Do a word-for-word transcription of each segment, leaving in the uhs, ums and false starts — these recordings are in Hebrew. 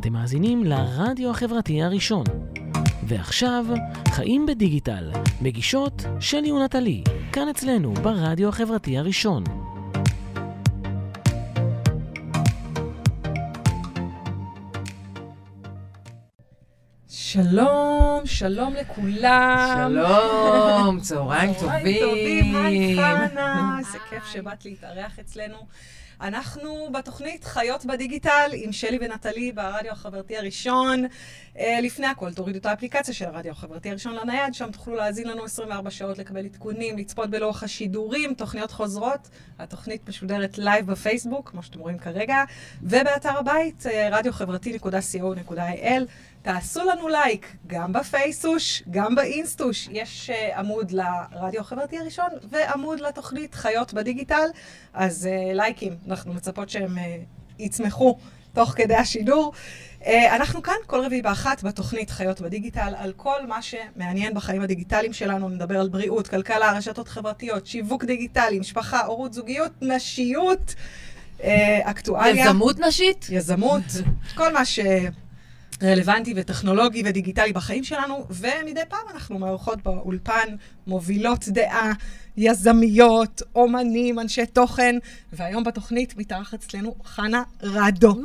אתם מאזינים לרדיו החברתי הראשון. ועכשיו, חיים בדיגיטל, מגישות שלי ונטלי, כאן אצלנו ברדיו החברתי הראשון. שלום, שלום לכולם. שלום, צהריים טובים. היי חנה, איזה כיף שבאת להתארח אצלנו. אנחנו בתוכנית חיות בדיגיטל עם שלי ונטלי ברדיו החברתי הראשון. לפני הכל, תורידו את האפליקציה של הרדיו החברתי הראשון לנייד, שם תוכלו להזין לנו עשרים וארבע שעות, לקבל עדכונים, לצפות בלוח השידורים, תוכניות חוזרות. התוכנית משודרת לייב בפייסבוק, כמו שאתם רואים כרגע, ובאתר הבית, רדיו חברתי נקודה סי או נקודה איי אל. תעשו לנו לייק, גם בפייסוש, גם באינסטוש. יש uh, עמוד לרדיו החברתי הראשון, ועמוד לתוכנית חיות בדיגיטל. אז uh, לייקים, אנחנו מצפות שהם uh, יצמחו תוך כדי השידור. Uh, אנחנו כאן כל רביעי באחת בתוכנית חיות בדיגיטל, על כל מה שמעניין בחיים הדיגיטליים שלנו. נדבר על בריאות, כלכלה, רשתות חברתיות, שיווק דיגיטלי, משפחה, הורות, זוגיות, נשיות, uh, אקטואליה. יזמות נשית? יזמות, כל מה ש... רלוונטי וטכנולוגי ודיגיטלי בחיים שלנו, ומדי פעם אנחנו מערכות באולפן, מובילות דעה, יזמיות, אומנים, אנשי תוכן, והיום בתוכנית מתארחת אצלנו חנה רדו.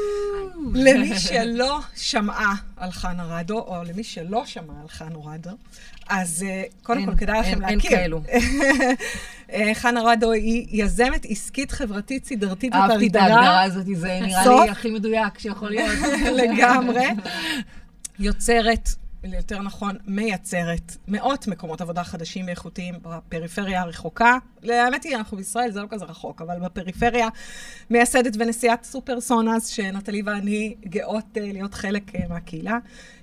למי שלא שמעה על חנה רדו, או למי שלא שמעה על חנה רדו, אז קודם כל כדאי לכם להכיר. אין כאלו. חנה רדו היא יזמת עסקית חברתית סדרתית ותרדרה. אהבתי את ההגדרה הזאת, זה נראה לי הכי מדויק שיכול להיות. לגמרי. יוצרת, יותר נכון, מייצרת מאות מקומות עבודה חדשים ואיכותיים בפריפריה הרחוקה. האמת היא, אנחנו בישראל, זה לא כזה רחוק, אבל בפריפריה מייסדת ונשיאת סופרסונאז, שנטלי ואני גאות להיות חלק מהקהילה,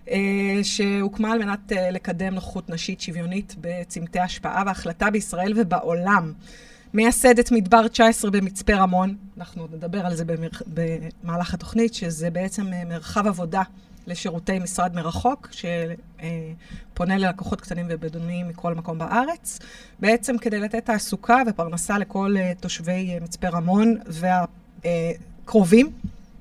שהוקמה על מנת לקדם נוכחות נשית שוויונית בצמתי השפעה והחלטה בישראל ובעולם. מייסדת מדבר תשע עשרה במצפה רמון, אנחנו נדבר על זה במהלך התוכנית, שזה בעצם מרחב עבודה לשירותי משרד מרחוק, שפונה ללקוחות קטנים ובינוניים מכל מקום בארץ, בעצם כדי לתת תעסוקה ופרנסה לכל תושבי מצפה רמון והקרובים.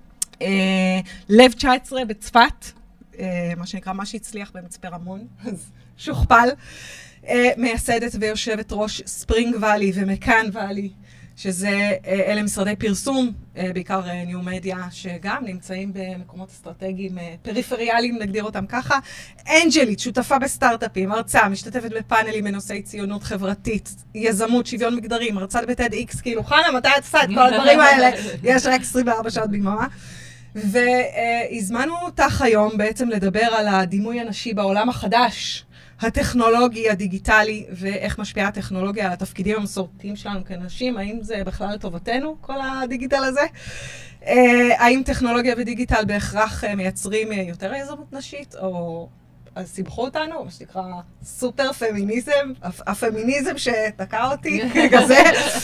לב תשע עשרה בצפת, מה שנקרא, מה שהצליח במצפה רמון, אז שוכפל, מייסדת ויושבת ראש ספרינג ואלי ומקאן ואלי, שזה אלה משרדי פרסום, בעיקר ניו מדיה, שגם נמצאים במקומות אסטרטגיים פריפריאליים, נגדיר אותם ככה. אנג'לית, שותפה בסטארט-אפים, הרצאה, משתתפת בפאנלים בנושאי ציונות חברתית, יזמות, שוויון מגדרי, מרצה בטד איקס, כאילו, חנה, מתי את עושה את כל הדברים האלה? יש רק עשרים וארבע שעות ביממה. והזמנו אותך היום בעצם לדבר על הדימוי הנשי בעולם החדש, הטכנולוגי, הדיגיטלי, ואיך משפיעה הטכנולוגיה על התפקידים המסורתיים שלנו כנשים. האם זה בכלל לטובתנו, כל הדיגיטל הזה? האם טכנולוגיה ודיגיטל בהכרח מייצרים יותר יזמות נשית, או אז סיבכו אותנו, מה שנקרא סופר פמיניזם, הפמיניזם שתקע אותי כזה.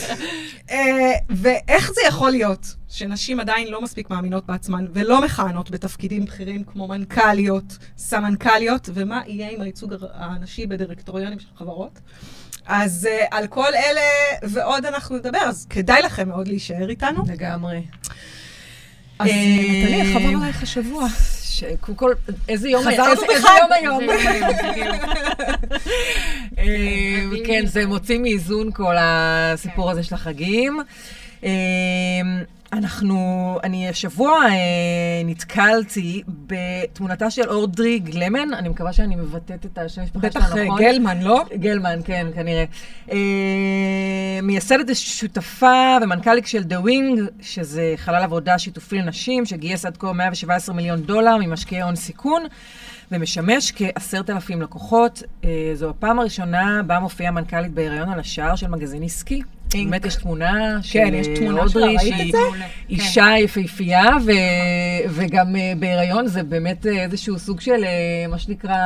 ואיך זה יכול להיות שנשים עדיין לא מספיק מאמינות בעצמן, ולא מכהנות בתפקידים בכירים כמו מנכ"ליות, סמנכ"ליות, ומה יהיה עם הייצוג הנשי בדירקטוריונים של חברות? אז על כל אלה ועוד אנחנו נדבר, אז כדאי לכם מאוד להישאר איתנו. לגמרי. אז נטלי, איך עבר עלייך השבוע? כל, איזה יום, חזרנו איזה יום היום. כן, זה מוציא מאיזון כל הסיפור הזה של החגים. אנחנו, אני השבוע נתקלתי בתמונתה של אורדרי גלמן, אני מקווה שאני מבטאת את השם המשפחה שלה, נכון? בטח גלמן, לא? גלמן, כן, כנראה. מייסדת שותפה ומנכ"לית של The Wing, שזה חלל עבודה שיתופי לנשים, שגייס עד כה מאה שבע עשרה מיליון דולר ממשקיעי הון סיכון, ומשמש כעשרת אלפים לקוחות. זו הפעם הראשונה בה מופיעה מנכ"לית בהיריון על השער של מגזין עסקי. באמת יש תמונה של אודרי, שהיא אישה יפהפייה, וגם בהיריון זה באמת איזשהו סוג של, מה שנקרא,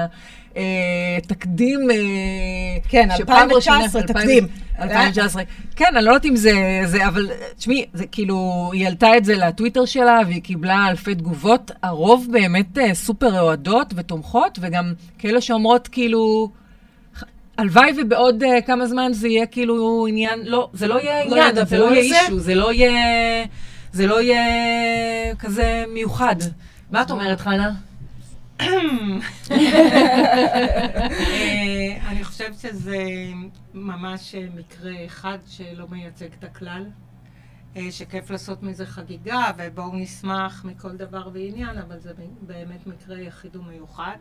תקדים. כן, אלפיים תשע עשרה, תקדים. אלפיים תשע עשרה. כן, אני לא יודעת אם זה, אבל תשמעי, זה כאילו, היא העלתה את זה לטוויטר שלה, והיא קיבלה אלפי תגובות, הרוב באמת סופר אוהדות ותומכות, וגם כאלה שאומרות כאילו, הלוואי ובעוד uh, כמה זמן זה יהיה כאילו עניין, לא, זה לא יהיה עניין, זה לא יהיה אישו, זה לא יהיה, זה לא יהיה כזה מיוחד. מה את אומרת, חנה? אני חושבת שזה ממש מקרה אחד שלא מייצג את הכלל, שכיף לעשות מזה חגיגה, ובואו נשמח מכל דבר ועניין, אבל זה באמת מקרה יחיד ומיוחד.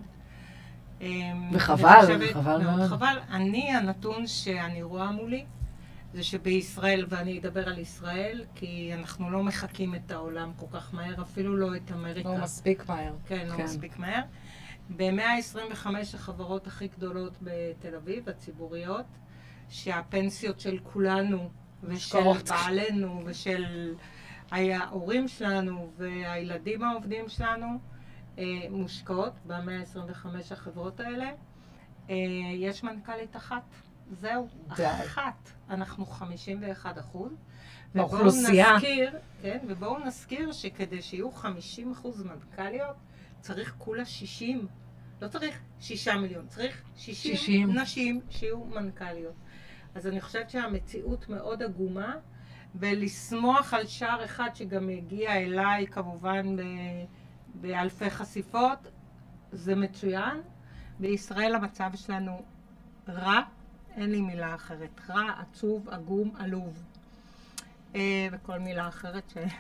וחבל, חבל מאוד. חבל. אני, הנתון שאני רואה מולי, זה שבישראל, ואני אדבר על ישראל, כי אנחנו לא מחכים את העולם כל כך מהר, אפילו לא את אמריקה. לא מספיק מהר. כן, לא מספיק מהר. ב-מאה עשרים וחמש החברות הכי גדולות בתל אביב, הציבוריות, שהפנסיות של כולנו, ושל בעלינו, ושל ההורים שלנו, והילדים העובדים שלנו, מושקעות ב-מאה עשרים וחמש החברות האלה. יש מנכ"לית אחת. זהו, אחת. אנחנו חמישים ואחד אחוז. באוכלוסייה. כן, ובואו נזכיר שכדי שיהיו חמישים אחוז מנכ"ליות, צריך כולה שישים. לא צריך שישה מיליון, צריך שישים, שישים נשים שיהיו מנכ"ליות. אז אני חושבת שהמציאות מאוד עגומה, ולסמוך על שער אחד שגם הגיע אליי כמובן ב... באלפי חשיפות, זה מצוין. בישראל המצב שלנו רע, אין לי מילה אחרת. רע, עצוב, עגום, עלוב. וכל מילה אחרת ש...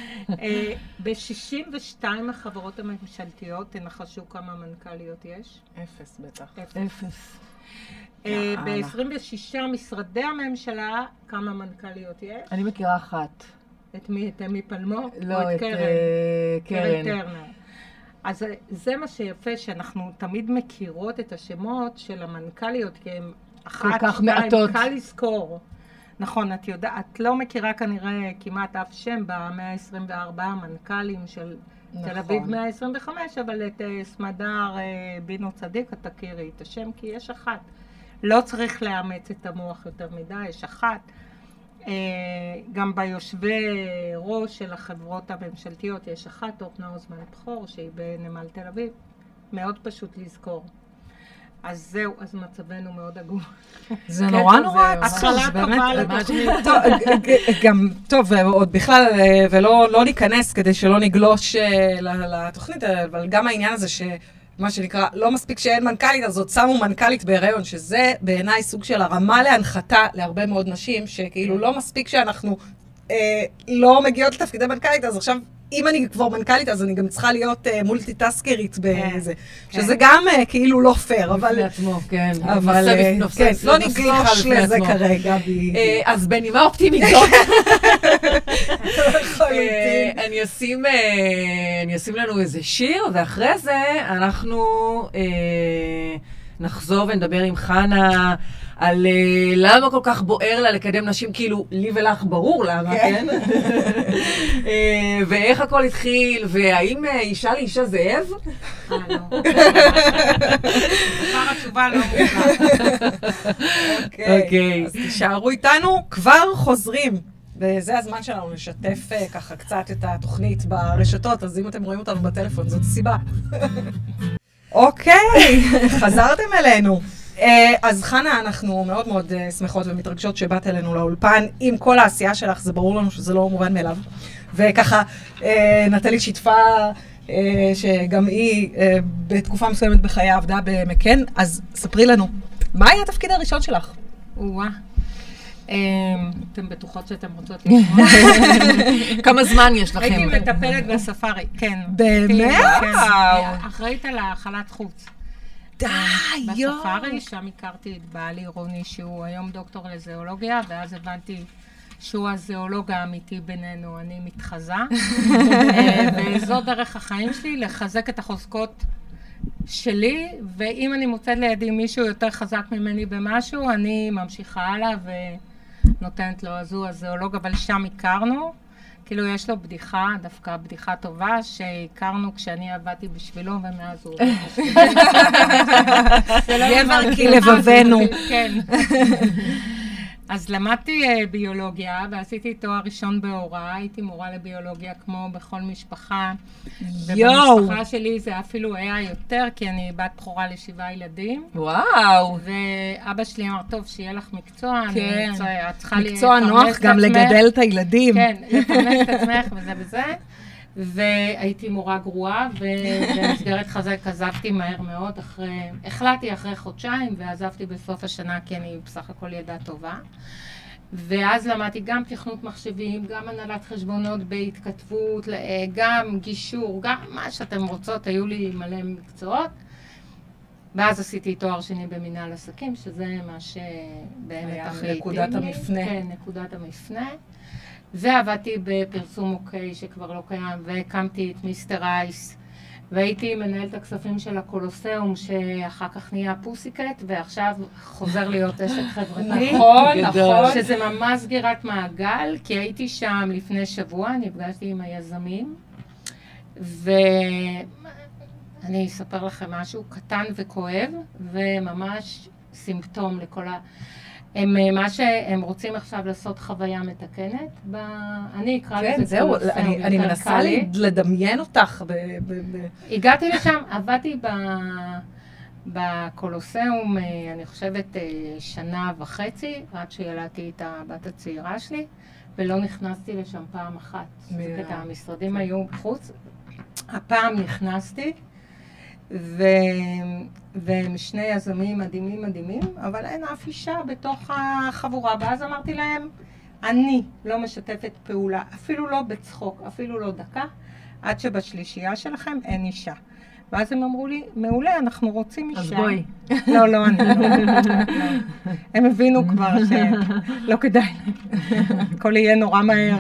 ב-שישים ושתיים החברות הממשלתיות, תנחשו כמה מנכ"ליות יש? אפס בטח. אפס. ב-עשרים ושש משרדי הממשלה, כמה מנכ"ליות יש? אני מכירה אחת. את מי? את אמי פלמור? לא, את קרן. קרן טרנר. אז זה מה שיפה, שאנחנו תמיד מכירות את השמות של המנכ"ליות, כי הם אחת, שתיים, קל לזכור. נכון, את יודעת, את לא מכירה כנראה כמעט אף שם ב-מאה עשרים וארבע המנכ"לים של נכון. תל אביב מאה עשרים וחמש, אבל את uh, סמדר uh, בינו צדיק, את תכירי את השם, כי יש אחת. לא צריך לאמץ את המוח יותר מדי, יש אחת. Uh, גם ביושבי ראש של החברות הממשלתיות יש אחת, אורנה אוזמן בכור, שהיא בנמל תל אביב. מאוד פשוט לזכור. אז זהו, אז מצבנו מאוד עגום. זה נורא נורא עצוב, באמת. גם, טוב, עוד בכלל, ולא ניכנס כדי שלא נגלוש לתוכנית, אבל גם העניין הזה שמה שנקרא, לא מספיק שאין מנכ"לית, אז עוד שמו מנכ"לית בהיריון, שזה בעיניי סוג של הרמה להנחתה להרבה מאוד נשים, שכאילו לא מספיק שאנחנו לא מגיעות לתפקידי מנכ"לית, אז עכשיו... אם אני כבר מנכ"לית, אז אני גם צריכה להיות מולטי-טסקרית בזה. שזה גם כאילו לא פייר, אבל... בפני עצמו, כן. אבל לא נגלוש לזה כרגע. אז בנימה אופטימית זאת. אני אשים לנו איזה שיר, ואחרי זה אנחנו נחזור ונדבר עם חנה על למה כל כך בוער לה לקדם נשים, כאילו, לי ולך ברור למה, כן? ואיך הכל התחיל, והאם אישה לאישה זאב? אה, לא. כבר התשובה לא מוכנה. אוקיי, אז תישארו איתנו, כבר חוזרים. וזה הזמן שלנו לשתף ככה קצת את התוכנית ברשתות, אז אם אתם רואים אותנו בטלפון, זאת הסיבה. אוקיי, חזרתם אלינו. אז חנה, אנחנו מאוד מאוד שמחות ומתרגשות שבאת אלינו לאולפן. עם כל העשייה שלך, זה ברור לנו שזה לא מובן מאליו. וככה, נטלי שיתפה שגם היא בתקופה מסוימת בחיי עבדה במקן, אז ספרי לנו, מה היה התפקיד הראשון שלך? וואה. אתם בטוחות שאתם רוצות לשמוע? כמה זמן יש לכם? הייתי מטפלת בספארי, כן. באמת? אחראית על האכלת חוץ. די, יואו. בספארי, שם הכרתי את בעלי רוני, שהוא היום דוקטור לזיאולוגיה, ואז הבנתי שהוא הזיאולוג האמיתי בינינו, אני מתחזה. וזו דרך החיים שלי, לחזק את החוזקות שלי, ואם אני מוצאת לידי מישהו יותר חזק ממני במשהו, אני ממשיכה הלאה ונותנת לו, אז הוא הזיאולוג, אבל שם הכרנו. כאילו יש לו בדיחה, דווקא בדיחה טובה, שהכרנו כשאני עבדתי בשבילו, ומאז הוא... גבר כי לבבנו. כן. אז למדתי uh, ביולוגיה, ועשיתי תואר ראשון בהוראה, הייתי מורה לביולוגיה כמו בכל משפחה. יואו! ובמשפחה שלי זה אפילו היה יותר, כי אני בת בכורה לשבעה ילדים. וואו! ואבא שלי אמר, טוב, שיהיה לך מקצוע. כן. מקצוע, את צריכה מקצוע נוח גם לגדל את הילדים. כן, לפרנס את עצמך וזה וזה. והייתי מורה גרועה, ובמסגרת חזק עזבתי מהר מאוד, אחרי, החלטתי אחרי חודשיים, ועזבתי בסוף השנה, כי אני בסך הכל ידעה טובה. ואז למדתי גם תכנות מחשבים, גם הנהלת חשבונות בהתכתבות, גם גישור, גם מה שאתם רוצות, היו לי מלא מקצועות. ואז עשיתי תואר שני במנהל עסקים, שזה מה שבאמת הכי התאים לי. נקודת המפנה. כן, נקודת המפנה. ועבדתי בפרסום אוקיי, שכבר לא קיים, והקמתי את מיסטר אייס. והייתי מנהלת הכספים של הקולוסיאום, שאחר כך נהיה פוסיקט, ועכשיו חוזר להיות עסק חברתי. נכון, נכון. שזה ממש סגירת מעגל, כי הייתי שם לפני שבוע, נפגשתי עם היזמים, ואני אספר לכם משהו קטן וכואב, וממש סימפטום לכל ה... הם, מה שהם רוצים עכשיו לעשות חוויה מתקנת, ב... אני אקרא כן, לזה זהו, אני, אני מנסה לדמיין אותך. ב, ב, ב... הגעתי לשם, עבדתי ב... בקולוסיאום, אני חושבת שנה וחצי, עד שילדתי את הבת הצעירה שלי, ולא נכנסתי לשם פעם אחת. מ... את המשרדים היו בחוץ. הפעם נכנסתי, ו... והם שני יזמים מדהימים מדהימים, אבל אין אף אישה בתוך החבורה. ואז אמרתי להם, אני לא משתפת פעולה, אפילו לא בצחוק, אפילו לא דקה, עד שבשלישייה שלכם אין אישה. ואז הם אמרו לי, מעולה, אנחנו רוצים אישה. אז בואי. לא, לא, אני לא. הם הבינו כבר שלא כדאי. הכל יהיה נורא מהר.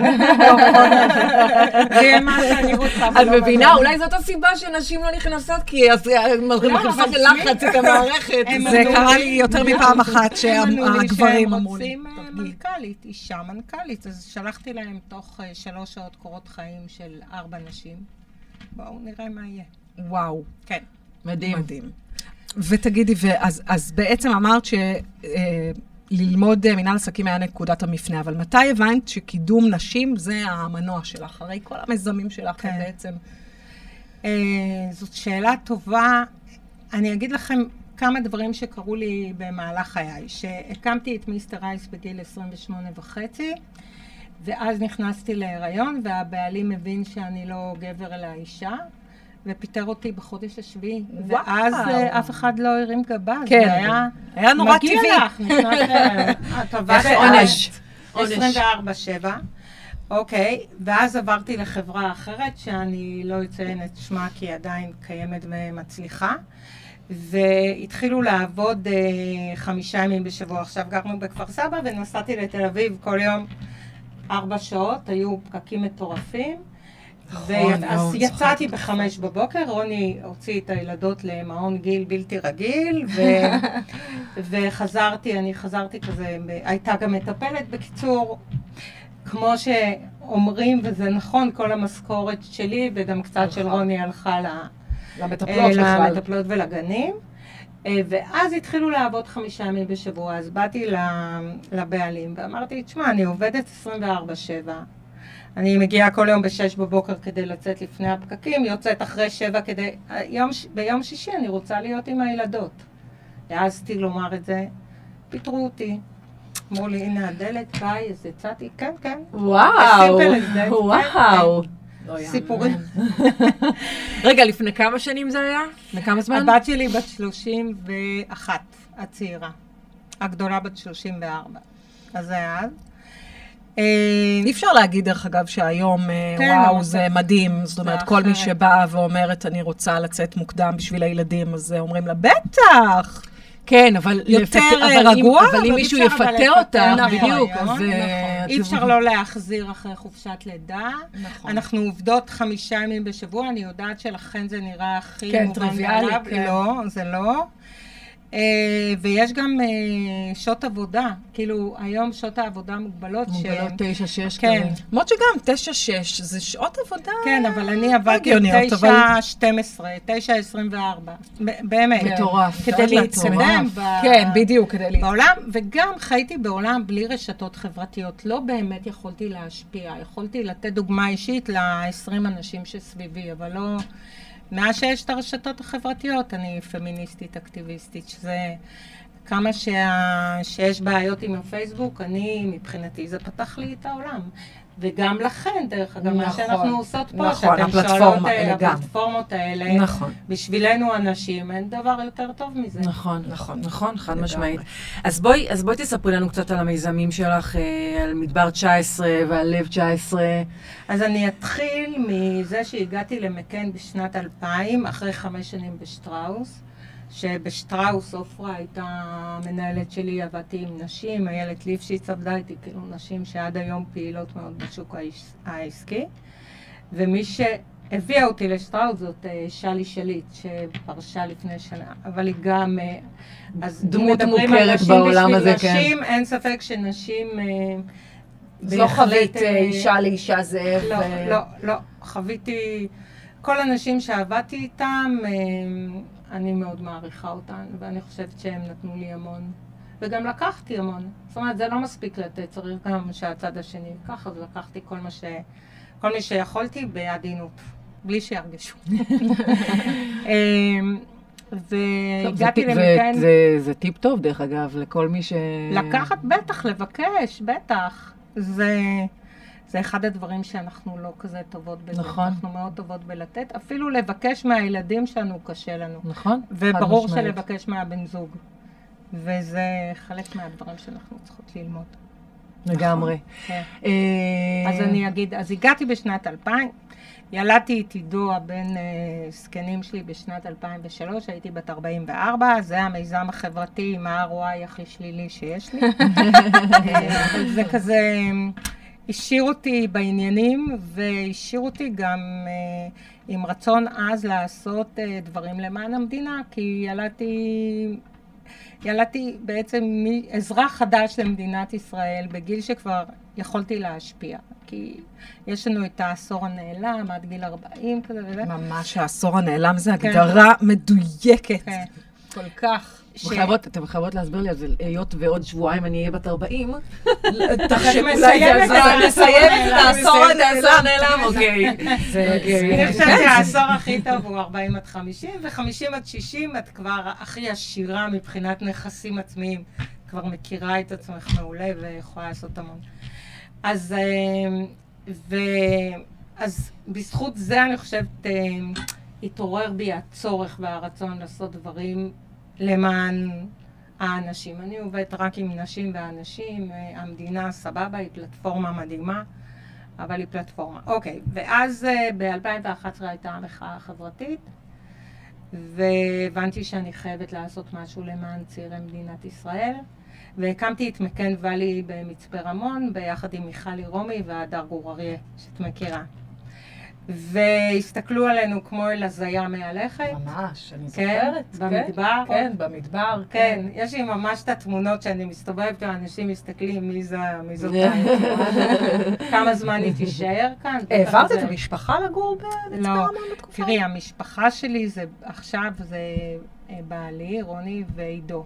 זה יהיה מה שאני רוצה. את מבינה, אולי זאת הסיבה שנשים לא נכנסות, כי מחליפה של לחץ את המערכת. זה קרה לי יותר מפעם אחת שהגברים אמרו לי. הם רוצים מנכ"לית, אישה מנכ"לית. אז שלחתי להם תוך שלוש שעות קורות חיים של ארבע נשים. בואו נראה מה יהיה. וואו. כן. מדהים. מדהים. ותגידי, ואז, אז בעצם אמרת שללמוד מנהל עסקים היה נקודת המפנה, אבל מתי הבנת שקידום נשים זה המנוע שלך? הרי כל המזמים שלך כן. בעצם. אה, זאת שאלה טובה. אני אגיד לכם כמה דברים שקרו לי במהלך חיי. שהקמתי את מיסטר אייס בגיל עשרים ושמונה וחצי, ואז נכנסתי להיריון, והבעלים מבין שאני לא גבר אלא אישה. ופיטר אותי בחודש השביעי, ואז אף אחד לא הרים גבה. כן, זה היה, היה נורא טבעי. מגיע לך, נכנס הטובה עונש. עשרים וארבע שבע. אוקיי, ואז עברתי לחברה אחרת, שאני לא אציין את שמה, כי היא עדיין קיימת ומצליחה, והתחילו לעבוד חמישה ימים בשבוע. עכשיו גרנו בכפר סבא, ונסעתי לתל אביב כל יום ארבע שעות, היו פקקים מטורפים, ואז יצאתי בחמש בבוקר, רוני הוציא את הילדות למעון גיל בלתי רגיל, וחזרתי, אני חזרתי כזה, הייתה גם מטפלת, בקיצור, כמו שאומרים, וזה נכון, כל המשכורת שלי, וגם קצת של רוני הלכה למטפלות ולגנים, ואז התחילו לעבוד חמישה ימים בשבוע, אז באתי לבעלים, ואמרתי, תשמע, אני עובדת עשרים וארבע שבע, אני מגיעה כל יום בשש בבוקר כדי לצאת לפני הפקקים, יוצאת אחרי שבע כדי... יום, ביום שישי אני רוצה להיות עם הילדות. העזתי לומר את זה, פיטרו אותי. אמרו לי, הנה הדלת, ביי, אז יצאתי, כן, כן. וואו, וואו. סיפורים. רגע, לפני כמה שנים זה היה? לפני כמה זמן? הבת שלי בת שלושים ואחת, הצעירה. הגדולה בת שלושים וארבע. אז זה היה... אי אפשר להגיד, דרך אגב, שהיום, וואו, זה מדהים. זאת אומרת, כל מי שבא ואומרת, אני רוצה לצאת מוקדם בשביל הילדים, אז אומרים לה, בטח! כן, אבל יותר רגוע, אבל אם מישהו יפטר אותך, בדיוק, אז... אי אפשר לא להחזיר אחרי חופשת לידה. אנחנו עובדות חמישה ימים בשבוע, אני יודעת שלכן זה נראה הכי... כן, טריוויאלי. לא, זה לא. ויש גם שעות עבודה, כאילו היום שעות העבודה מוגבלות. מוגבלות תשע שש. כן. למרות שגם תשע שש זה שעות עבודה. כן, אבל אני עבדתי תשע שתים עשרה, תשע עשרים וארבע. באמת. מטורף. כדי להתקדם. כן, בדיוק, כדי להתקדם. בעולם, וגם חייתי בעולם בלי רשתות חברתיות. לא באמת יכולתי להשפיע. יכולתי לתת דוגמה אישית ל-עשרים אנשים שסביבי, אבל לא... מאז שיש את הרשתות החברתיות, אני פמיניסטית, אקטיביסטית, שזה כמה שה... שיש בעיות עם הפייסבוק, אני, מבחינתי, זה פתח לי את העולם. וגם לכן, דרך אגב, מה שאנחנו עושות פה, נכון, שאתם שואלות, הפלטפורמות האלה, נכון. בשבילנו אנשים, אין דבר יותר טוב מזה. נכון, נכון, נכון, חד משמעית. אז בואי, אז בואי תספרי לנו קצת על המיזמים שלך, על מדבר תשע עשרה ועל לב תשע עשרה. אז אני אתחיל מזה שהגעתי למקן בשנת אלפיים, אחרי חמש שנים בשטראוס, שבשטראוס אופרה הייתה המנהלת שלי, עבדתי עם נשים, איילת ליפשיץ עבדה איתי, כאילו נשים שעד היום פעילות מאוד בשוק העסקי. ומי שהביאה אותי לשטראוס זאת שלי שליט, שפרשה לפני שנה, אבל היא גם... דמות מוכרת בעולם הזה, כן. נשים, אין ספק שנשים... זו חווית אישה לאישה זאב. לא, לא, לא. חוויתי... כל הנשים שעבדתי איתם, אני מאוד מעריכה אותן, ואני חושבת שהם נתנו לי המון. וגם לקחתי המון. זאת אומרת, זה לא מספיק לתת, צריך גם שהצד השני ייקח, אז לקחתי כל מה ש... כל מי שיכולתי בעדינות, בלי שירגשו. והגעתי למקן... זה טיפ טוב, דרך אגב, לכל מי ש... לקחת, בטח, לבקש, בטח. זה... זה אחד הדברים שאנחנו לא כזה טובות בזה. נכון. אנחנו מאוד טובות בלתת. אפילו לבקש מהילדים שלנו קשה לנו. נכון. וברור שלבקש מהבן זוג. וזה חלק מהדברים שאנחנו צריכות ללמוד. לגמרי. כן. אז אני אגיד, אז הגעתי בשנת אלפיים, ילדתי את עידו הבן סקנים שלי בשנת אלפיים ושלוש, הייתי בת ארבעים וארבע, זה המיזם החברתי עם ה-אר או איי הכי שלילי שיש לי. אבל זה כזה... השאיר אותי בעניינים, והשאיר אותי גם אה, עם רצון אז לעשות אה, דברים למען המדינה, כי ילדתי, ילדתי בעצם אזרח חדש למדינת ישראל, בגיל שכבר יכולתי להשפיע. כי יש לנו את העשור הנעלם, עד גיל ארבעים כזה וזה. ממש, העשור הנעלם זה הגדרה כן. מדויקת. כן. כל כך. ש... חייבות, אתם חייבות להסביר לי על זה, היות ועוד שבועיים אני אהיה בת ארבעים. תחשב מסיימת את העשור הנעלם, אוקיי. אני חושבת שהעשור הכי טוב הוא ארבעים עד חמישים, ו-חמישים עד שישים את כבר הכי עשירה מבחינת נכסים עצמיים. כבר מכירה את עצמך מעולה ויכולה לעשות המון. אז, אז בזכות זה אני חושבת, התעורר בי הצורך והרצון לעשות דברים למען האנשים. אני עובדת רק עם נשים ואנשים, המדינה סבבה, היא פלטפורמה מדהימה, אבל היא פלטפורמה. אוקיי, ואז ב-אלפיים ואחת עשרה הייתה המחאה החברתית, והבנתי שאני חייבת לעשות משהו למען צעירי מדינת ישראל, והקמתי את מקן ואלי במצפה רמון, ביחד עם מיכלי רומי והדר גור-אריה, שאת מכירה. והסתכלו עלינו כמו אל הזיה מהלכת. ממש, אני זוכרת. כן, במדבר. כן, במדבר. כן, יש לי ממש את התמונות שאני מסתובבת, ואנשים מסתכלים מי זאת כמה זמן היא תישאר כאן. העברת את המשפחה לגור במצפה רמון בתקופה? תראי, המשפחה שלי זה עכשיו זה בעלי, רוני ועידו.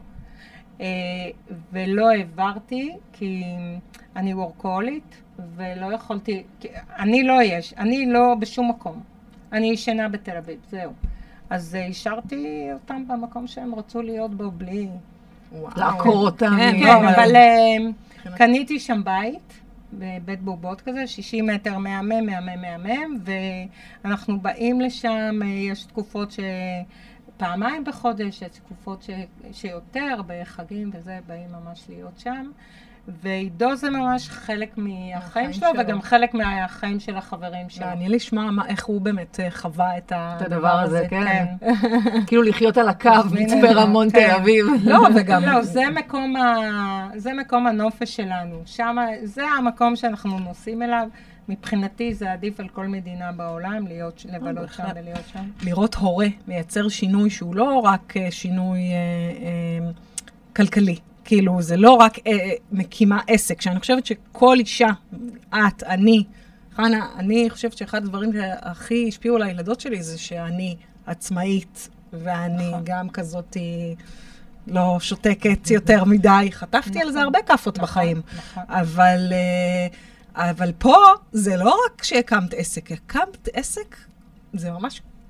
ולא העברתי כי אני וורקולית. ולא יכולתי, אני לא יש, אני לא בשום מקום. אני ישנה בתל אביב, זהו. אז השארתי אותם במקום שהם רצו להיות בו בלי... לעקור אותם. כן, כן, אבל קניתי שם בית, בבית בובות כזה, שישים מטר מהמם, מהמם, מהמם, ואנחנו באים לשם, יש תקופות ש... פעמיים בחודש, יש תקופות שיותר, בחגים וזה, באים ממש להיות שם. ועידו זה ממש חלק מהחיים שלו, וגם חלק מהחיים של החברים שלו. מעניין לשמוע איך הוא באמת חווה את הדבר הזה, כן. כאילו לחיות על הקו, מצפה רמון תל אביב. לא, וגם... לא, זה מקום הנופש שלנו. שם, זה המקום שאנחנו נוסעים אליו. מבחינתי זה עדיף על כל מדינה בעולם, לבלות שם ולהיות שם. לראות הורה מייצר שינוי שהוא לא רק שינוי כלכלי. כאילו, זה לא רק אה, מקימה עסק, שאני חושבת שכל אישה, את, אני, חנה, אני חושבת שאחד הדברים שהכי השפיעו על הילדות שלי זה שאני עצמאית, ואני נכון. גם כזאת לא שותקת יותר מדי. חטפתי נכון. על זה הרבה כפות נכון, בחיים. נכון. אבל, אה, אבל פה זה לא רק שהקמת עסק, הקמת עסק, זה ממש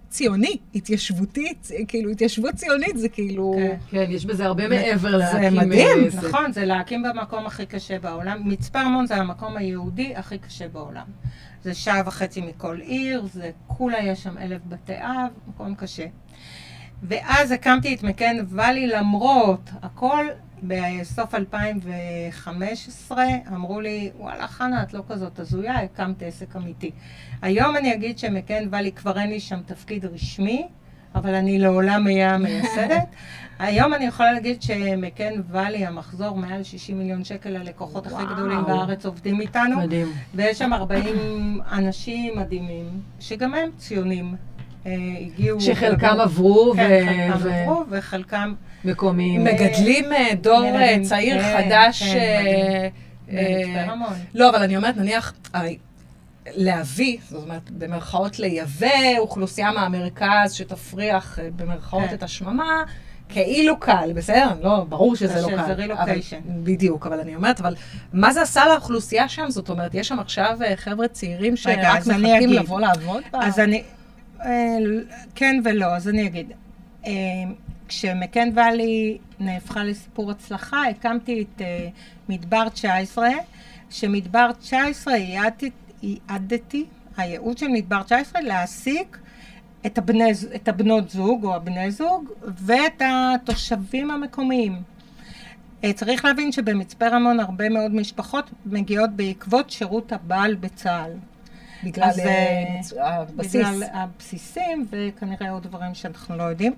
ציוני, התיישבותית, כאילו התיישבות ציונית זה כאילו... כן, כן, יש בזה הרבה מעבר להקים... זה מדהים. נכון, זה להקים במקום הכי קשה בעולם. מצפה רמון זה המקום היהודי הכי קשה בעולם. זה שעה וחצי מכל עיר, זה כולה יש שם אלף בתי אב, מקום קשה. ואז הקמתי את מקן ואלי למרות הכל, בסוף אלפיים וחמש עשרה אמרו לי, וואלה חנה, את לא כזאת הזויה, הקמת עסק אמיתי. היום אני אגיד שמקן ואלי כבר אין לי שם תפקיד רשמי, אבל אני לעולם אהיה מייסדת. היום אני יכולה להגיד שמקן ואלי, המחזור מעל שישים מיליון שקל, הלקוחות הכי גדולים בארץ עובדים איתנו. מדהים. ויש שם ארבעים אנשים מדהימים, שגם הם ציונים. הגיעו... שחלקם עברו ו... כן, חלקם עברו וחלקם... מקומיים. מגדלים דור צעיר חדש. במצפה רמון. לא, אבל אני אומרת, נניח, להביא, זאת אומרת, במרכאות לייבא אוכלוסייה מהמרכז שתפריח במרכאות את השממה, כאילו קל, בסדר? לא, ברור שזה לא קל. שזה רילוקיישן. בדיוק, אבל אני אומרת, אבל מה זה עשה לאוכלוסייה שם? זאת אומרת, יש שם עכשיו חבר'ה צעירים שרק מחכים לבוא לעבוד בה? אז אני... כן ולא, אז אני אגיד. כשמקן ואלי נהפכה לסיפור הצלחה, הקמתי את מדבר תשע עשרה, שמדבר תשע עשרה ייעדתי, הייעוד של מדבר תשע עשרה, להעסיק את, הבני, את הבנות זוג או הבני זוג ואת התושבים המקומיים. צריך להבין שבמצפה רמון הרבה מאוד משפחות מגיעות בעקבות שירות הבעל בצה"ל. בגלל הבסיס. בגלל הבסיסים, וכנראה עוד דברים שאנחנו לא יודעים.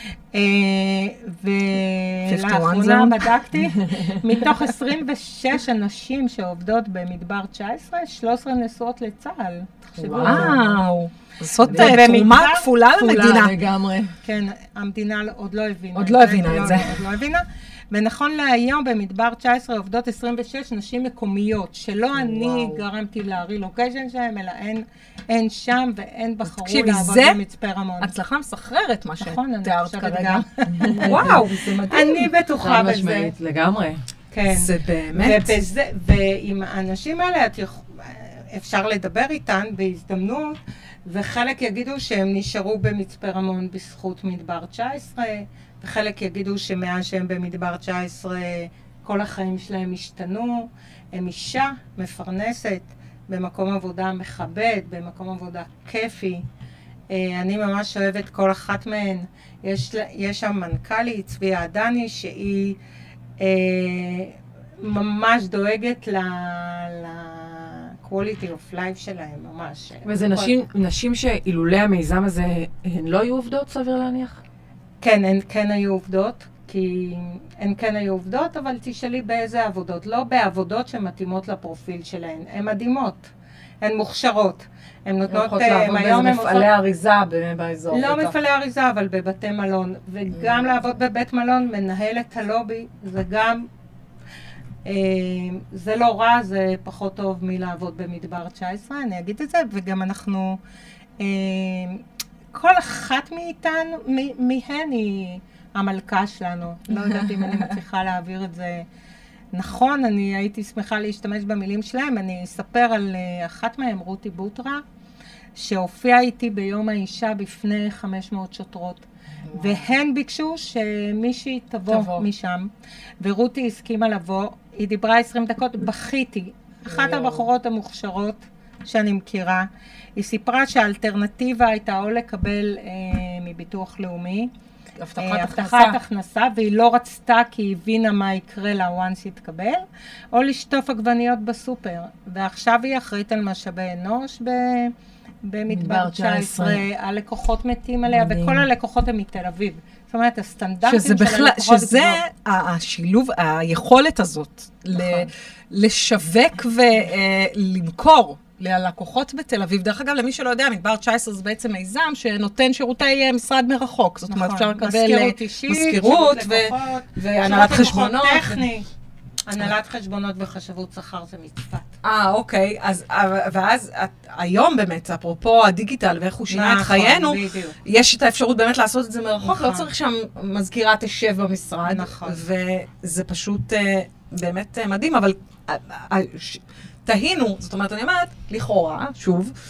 ולאחרונה בדקתי, מתוך עשרים ושש אנשים שעובדות במדבר תשע עשרה, שלוש עשרה נשואות לצה"ל. וואו. זאת תרומה כפולה למדינה. לגמרי. כן, המדינה עוד לא הבינה. עוד לא הבינה את זה. עוד לא הבינה. ונכון להיום במדבר תשע עשרה עובדות עשרים ושש נשים מקומיות, שלא אני גרמתי לרילוקיישן שלהם, אלא אין שם ואין בחרו לעבוד במצפה רמון. הצלחה מסחררת מה שתיארת כרגע. וואו, זה מדהים. אני בטוחה בזה. לגמרי. כן. זה באמת. ועם האנשים האלה אפשר לדבר איתן בהזדמנות, וחלק יגידו שהם נשארו במצפה רמון בזכות מדבר תשע עשרה, וחלק יגידו שמאז שהם במדבר תשע עשרה כל החיים שלהם השתנו. הם אישה מפרנסת במקום עבודה מכבד, במקום עבודה כיפי. אני ממש אוהבת כל אחת מהן. יש, יש שם מנכ"לית, צבי עדני, שהיא אה, ממש דואגת ל... ל quality of life שלהם, ממש. וזה נשים, נשים שאילולי המיזם הזה, הן לא היו עובדות, סביר להניח? כן, הן כן היו עובדות, כי הן כן היו עובדות, אבל תשאלי באיזה עבודות. לא בעבודות שמתאימות לפרופיל שלהן. הן מדהימות, הן מוכשרות. הן נותנות... יכולות לעבוד באיזה מפעלי אריזה באזור. לא מפעלי אריזה, אבל בבתי מלון. וגם לעבוד בבית מלון, מנהלת הלובי, זה גם... זה לא רע, זה פחות טוב מלעבוד במדבר תשע עשרה, אני אגיד את זה, וגם אנחנו... כל אחת מאיתנו, מהן היא המלכה שלנו. לא יודעת אם אני מצליחה להעביר את זה נכון, אני הייתי שמחה להשתמש במילים שלהם. אני אספר על אחת מהם, רותי בוטרה, שהופיעה איתי ביום האישה בפני חמש מאות שוטרות. והן ביקשו שמישהי תבוא, תבוא משם, ורותי הסכימה לבוא. היא דיברה עשרים דקות, בכיתי. אחת הבחורות המוכשרות שאני מכירה. היא סיפרה שהאלטרנטיבה הייתה או לקבל אה, מביטוח לאומי, הבטחת הכנסה, והיא לא רצתה כי היא הבינה מה יקרה לה once היא תקבל, או לשטוף עגבניות בסופר. ועכשיו היא אחראית על משאבי אנוש ב... במדבר תשע עשרה, הלקוחות מתים עליה, וכל הלקוחות הם מתל אביב. זאת אומרת, הסטנדרטים של הלקוחות... שזה השילוב, היכולת הזאת, לשווק ולמכור ללקוחות בתל אביב. דרך אגב, למי שלא יודע, מדבר תשע עשרה זה בעצם מיזם שנותן שירותי משרד מרחוק. זאת אומרת, אפשר לקבל מזכירות והנהלת חשבונות. הנהלת חשבונות וחשבות שכר זה מצפת. אה, אוקיי. אז, ואז היום באמת, אפרופו הדיגיטל ואיך הוא שינה את חיינו, יש את האפשרות באמת לעשות את זה מרחוק, לא צריך שם מזכירה תשב במשרד. נכון. וזה פשוט באמת מדהים, אבל תהינו, זאת אומרת, אני אומרת, לכאורה, שוב,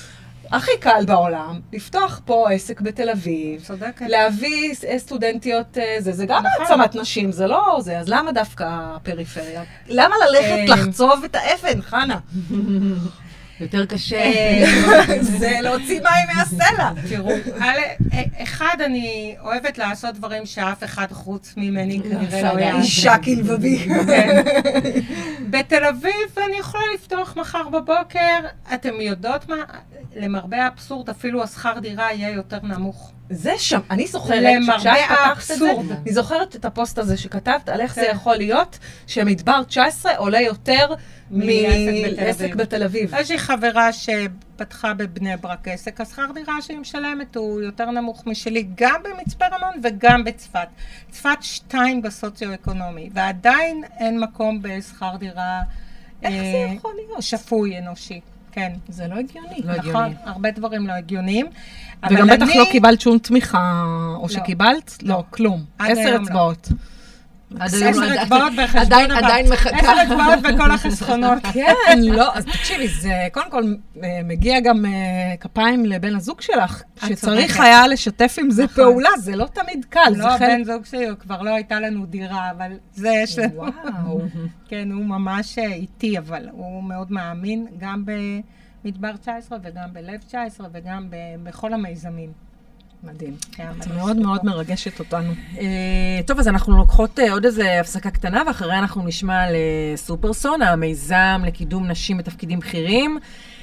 הכי קל בעולם, לפתוח פה עסק בתל אביב, צודקת. להביא סטודנטיות, זה, זה גם העצמת נשים, זה לא זה, אז למה דווקא הפריפריה? למה ללכת לחצוב את האבן, חנה? יותר קשה. זה להוציא מים מהסלע. תראו, אחד, אני אוהבת לעשות דברים שאף אחד חוץ ממני כנראה לא יעשה. אישה כלבבי. בתל אביב אני יכולה לפתוח מחר בבוקר, אתם יודעות מה? למרבה האבסורד, אפילו השכר דירה יהיה יותר נמוך. זה שם, אני זוכרת שכשאת פתחת את זה, אני זוכרת את הפוסט הזה שכתבת, על איך זה יכול להיות שמדבר תשע עשרה עולה יותר מעסק בתל אביב. יש לי חברה שפתחה בבני ברק עסק, השכר דירה שהיא משלמת הוא יותר נמוך משלי, גם במצפה רמון וגם בצפת. צפת שתיים בסוציו-אקונומי, ועדיין אין מקום בשכר דירה איך זה יכול להיות? שפוי, אנושי. כן. זה לא הגיוני. לא נכון, הגיוני. הרבה דברים לא הגיוניים. וגם בטח לא קיבלת שום תמיכה, או שקיבלת? לא, כלום. עד עשר היום לא. אצבעות. עשר אצבעות בחשבון עדיין, הבא. עדיין מחכה. עשר אצבעות בכל החסכונות. כן, לא, אז תקשיבי, זה קודם כל מגיע גם כפיים לבן הזוג שלך, שצריך היה לשתף עם זה פעולה, זה לא תמיד קל. לא, בן זוג שלי, כבר לא הייתה לנו דירה, אבל זה יש לנו. וואו. כן, הוא ממש איטי, אבל הוא מאוד מאמין, גם במדבר תשע עשרה וגם בלב תשע עשרה וגם בכל המיזמים. מדהים. את מאוד מאוד מרגשת אותנו. טוב, אז אנחנו לוקחות עוד איזו הפסקה קטנה, ואחריה אנחנו נשמע על סופרסון, המיזם לקידום נשים בתפקידים בכירים,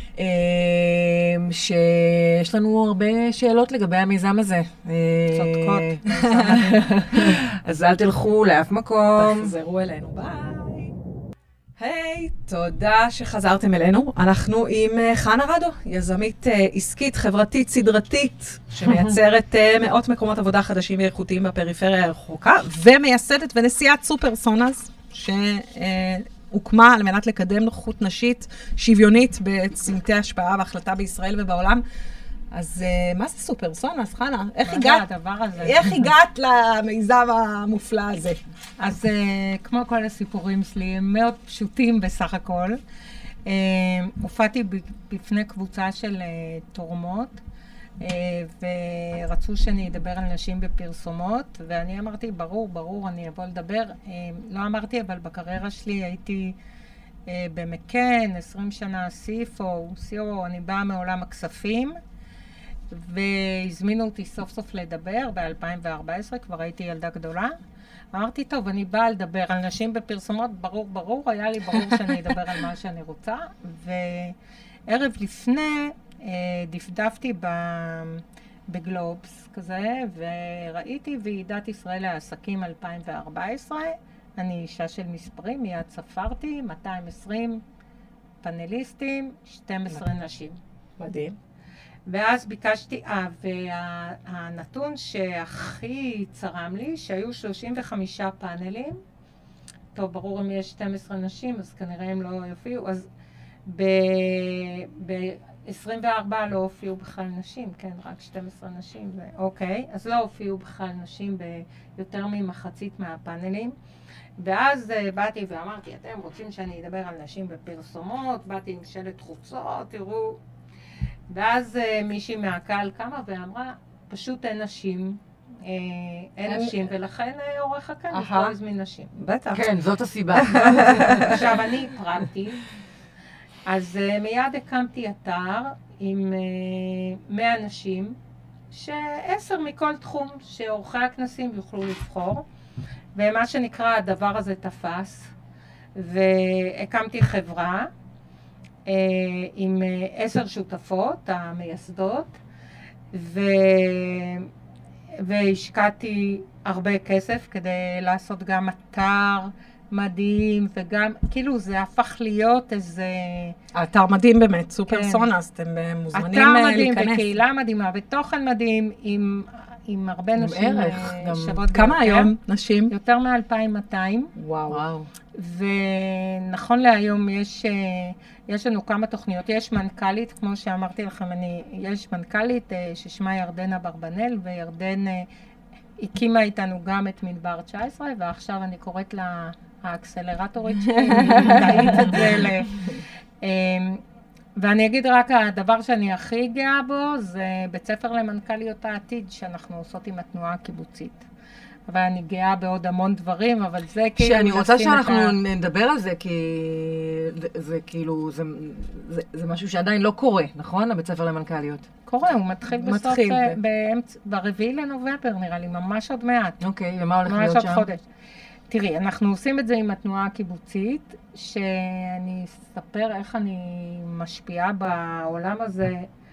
שיש לנו הרבה שאלות לגבי המיזם הזה. צודקות. אז אל תלכו לאף מקום. תחזרו אלינו, ביי. היי, תודה שחזרתם אלינו. אנחנו עם חנה רדו, יזמית עסקית, חברתית, סדרתית, שמייצרת מאות מקומות עבודה חדשים ואיכותיים בפריפריה הרחוקה, ומייסדת ונשיאת סופרסונאז, שהוקמה על מנת לקדם נוכחות נשית שוויונית בצמתי השפעה והחלטה בישראל ובעולם. אז מה זה סופרסונאז, חנה? איך הגעת? איך הגעת למיזם המופלא הזה? אז כמו כל הסיפורים שלי, הם מאוד פשוטים בסך הכל. הופעתי בפני קבוצה של תורמות, ורצו שאני אדבר על נשים בפרסומות, ואני אמרתי, ברור, ברור, אני אבוא לדבר. לא אמרתי, אבל בקריירה שלי הייתי במקן, עשרים שנה סי אף או, סי אי או, אני באה מעולם הכספים, והזמינו אותי סוף סוף לדבר ב-אלפיים וארבע עשרה, כבר הייתי ילדה גדולה. אמרתי, טוב, אני באה לדבר על נשים בפרסומות, ברור, ברור, היה לי ברור שאני אדבר על מה שאני רוצה. וערב לפני, דפדפתי בגלובס כזה, וראיתי ועידת ישראל לעסקים אלפיים וארבע עשרה. אני אישה של מספרים, מיד ספרתי, מאתיים ועשרים פאנליסטים, שתים עשרה נשים. מדהים. ואז ביקשתי, אה, והנתון שהכי צרם לי, שהיו שלושים וחמישה פאנלים, טוב, ברור אם יש שתים עשרה נשים, אז כנראה הם לא יופיעו, אז ב-עשרים וארבע לא הופיעו בכלל נשים, כן, רק שתים עשרה נשים, ו... אוקיי, אז לא הופיעו בכלל נשים ביותר ממחצית מהפאנלים, ואז uh, באתי ואמרתי, אתם רוצים שאני אדבר על נשים בפרסומות, באתי עם שלט חוצות, תראו, ואז uh, מישהי מהקהל קמה ואמרה, פשוט אין נשים, uh, אין נשים, ולכן uh, עורך הכנס לא הזמין נשים. בטח. כן, זאת הסיבה. עכשיו, אני פרקתי, אז uh, מיד הקמתי אתר עם uh, מאה נשים, שעשר מכל תחום שעורכי הכנסים יוכלו לבחור, ומה שנקרא הדבר הזה תפס, והקמתי חברה, עם עשר שותפות, המייסדות, ו... והשקעתי הרבה כסף כדי לעשות גם אתר מדהים, וגם, כאילו זה הפך להיות איזה... האתר מדהים באמת, סופרסונאז, אתם מוזמנים להיכנס. אתר מדהים, וקהילה מדהימה, ותוכן מדהים, עם... עם הרבה נשים שוות. כמה היום נשים? יותר מ-אלפיים מאתיים. וואו. ונכון להיום יש, יש לנו כמה תוכניות. יש מנכ"לית, כמו שאמרתי לכם, אני, יש מנכ"לית ששמה ירדנה ברבנל, וירדן הקימה איתנו גם את מדבר תשע עשרה, ועכשיו אני קוראת לה האקסלרטורית שלי, להאיץ את זה ל... ואני אגיד רק, הדבר שאני הכי גאה בו, זה בית ספר למנכ"ליות העתיד, שאנחנו עושות עם התנועה הקיבוצית. אבל אני גאה בעוד המון דברים, אבל זה כאילו... שאני רוצה שאנחנו ה... נדבר על זה, כי זה, זה כאילו, זה, זה, זה משהו שעדיין לא קורה, נכון? הבית ספר למנכ"ליות. קורה, הוא מתחיל בסוף, באמצע, ברביעי לנובמבר נראה לי, ממש עוד מעט. אוקיי, ומה הולך להיות שם? ממש עוד חודש. תראי, אנחנו עושים את זה עם התנועה הקיבוצית, שאני אספר איך אני משפיעה בעולם הזה,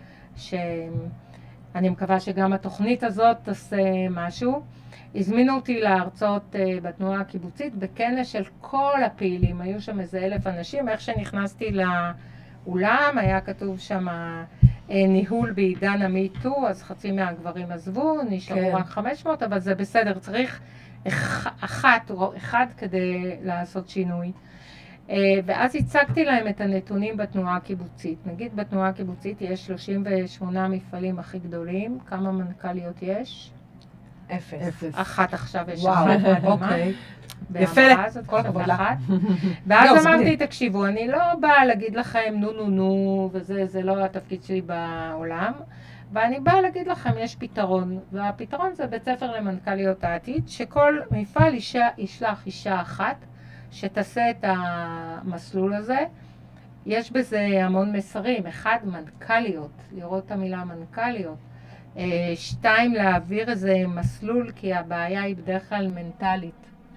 שאני מקווה שגם התוכנית הזאת תעשה משהו. הזמינו אותי להרצות uh, בתנועה הקיבוצית, בכנס של כל הפעילים, היו שם איזה אלף אנשים, איך שנכנסתי לאולם, היה כתוב שם uh, ניהול בעידן המיטו, אז חצי מהגברים עזבו, נשארו כן. רק חמש מאות, אבל זה בסדר, צריך אח, אחת או אחד כדי לעשות שינוי. Uh, ואז הצגתי להם את הנתונים בתנועה הקיבוצית. נגיד בתנועה הקיבוצית יש שלושים ושמונה מפעלים הכי גדולים, כמה מנכ"ליות יש? אפס. אחת עכשיו יש. וואו, אוקיי. יפה, כל הכבוד אחת. ואז אמרתי, תקשיבו, אני לא באה להגיד לכם נו נו נו, וזה לא התפקיד שלי בעולם, ואני באה להגיד לכם, יש פתרון, והפתרון זה בית ספר למנכ"ליות העתיד, שכל מפעל ישלח אישה אחת, שתעשה את המסלול הזה. יש בזה המון מסרים. אחד, מנכ"ליות, לראות את המילה מנכ"ליות. שתיים, להעביר איזה מסלול, כי הבעיה היא בדרך כלל מנטלית.